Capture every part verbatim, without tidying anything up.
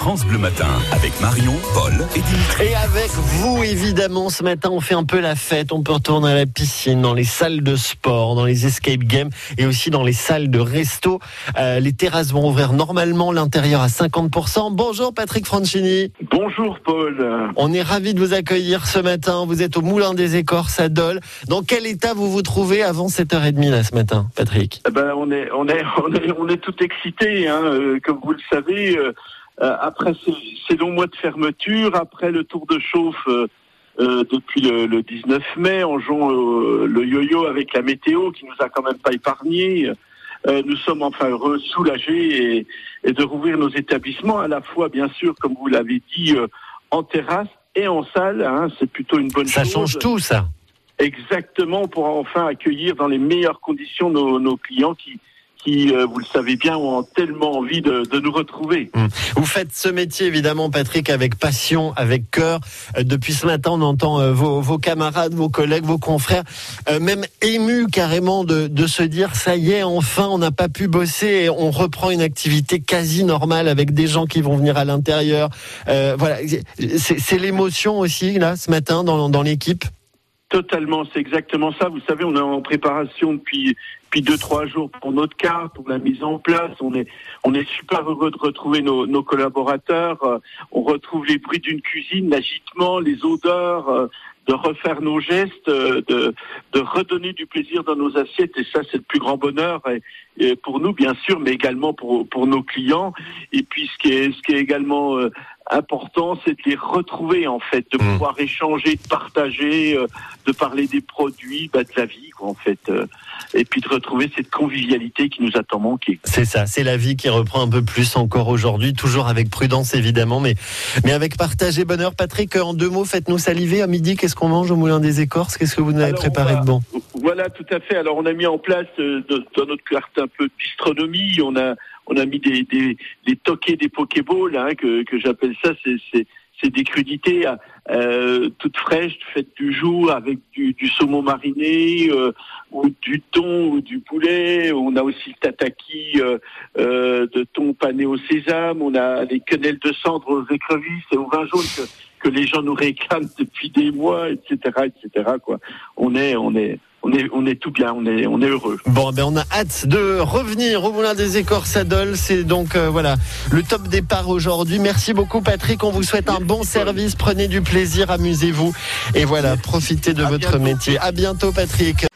France Bleu Matin avec Marion, Paul et Dimitri. Et avec vous, évidemment, ce matin, on fait un peu la fête. On peut retourner à la piscine, dans les salles de sport, dans les escape games et aussi dans les salles de resto. Euh, les terrasses vont ouvrir normalement, l'intérieur à cinquante pour cent. Bonjour Patrick Francini. Bonjour Paul. On est ravis de vous accueillir ce matin. Vous êtes au Moulin des Écorces à Dole. Dans quel état vous vous trouvez avant sept heures trente là ce matin, Patrick? Eh ben, on est, on est, on est, on est tout excité, hein, euh, comme vous le savez. Euh, après ces, ces longs mois de fermeture, après le tour de chauffe euh, euh, depuis le, le dix-neuf mai, en jouant euh, le yo-yo avec la météo qui nous a quand même pas épargné. Euh, nous sommes enfin heureux, soulagés et, et de rouvrir nos établissements à la fois, bien sûr, comme vous l'avez dit, euh, en terrasse et en salle. Hein, c'est plutôt une bonne ça chose. Ça change tout, ça. Exactement, on pourra enfin accueillir dans les meilleures conditions nos, nos clients qui, qui euh, vous le savez bien, ont tellement envie de, de nous retrouver. Mmh. Vous faites ce métier, évidemment, Patrick, avec passion, avec cœur. Euh, depuis ce matin, on entend euh, vos, vos camarades, vos collègues, vos confrères, euh, même émus carrément de, de se dire, ça y est, enfin, on n'a pas pu bosser et on reprend une activité quasi normale avec des gens qui vont venir à l'intérieur. Euh, voilà, c'est, c'est l'émotion aussi, là, ce matin, dans, dans l'équipe. Totalement, c'est exactement ça. Vous savez, on est en préparation depuis depuis deux trois jours pour notre carte, pour la mise en place. On est on est super heureux de retrouver nos, nos collaborateurs. Euh, on retrouve les bruits d'une cuisine, l'agitement, les odeurs, euh, de refaire nos gestes, euh, de de redonner du plaisir dans nos assiettes. Et ça, c'est le plus grand bonheur et, et pour nous, bien sûr, mais également pour pour nos clients. Et puis ce qui est ce qui est également euh, important, c'est de les retrouver en fait, de pouvoir échanger, de partager, euh, de parler des produits, bah, de la vie quoi en fait, euh, et puis de retrouver cette convivialité qui nous a tant manqué. C'est ça, c'est la vie qui reprend un peu plus encore aujourd'hui, toujours avec prudence évidemment, mais mais avec partage et bonheur. Patrick, en deux mots, faites-nous saliver à midi. Qu'est-ce qu'on mange au Moulin des Écorces? Qu'est-ce que vous nous avez Alors, préparé va, de bon? Voilà, tout à fait. Alors on a mis en place euh, de, dans notre carte un peu de bistronomie. On a on a mis des des, des toqués, des pokéballs, hein, que que j'appelle ça. C'est c'est c'est des crudités euh, toutes fraîches, faites du jour avec du, du saumon mariné euh, ou du thon ou du poulet. On a aussi le tataki euh, euh, de thon pané au sésame. On a les quenelles de cendre aux écrevisses et au vin jaune que, que les gens nous réclament depuis des mois, et cetera, et cetera. Quoi. On est, on est. On est, on est tout bien, on est, on est heureux. Bon, ben on a hâte de revenir au Moulin des Écorces à Dole. C'est donc euh, voilà le top départ aujourd'hui. Merci beaucoup, Patrick. On vous souhaite un bon service. Prenez du plaisir, amusez-vous et voilà, profitez de à votre bientôt. métier. À bientôt, Patrick.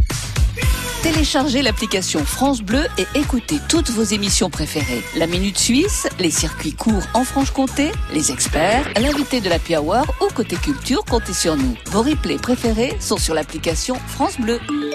Téléchargez l'application France Bleu et écoutez toutes vos émissions préférées. La Minute Suisse, les circuits courts en Franche-Comté, les experts, l'invité de l'Happy Hour ou côté culture, comptez sur nous. Vos replays préférés sont sur l'application France Bleu.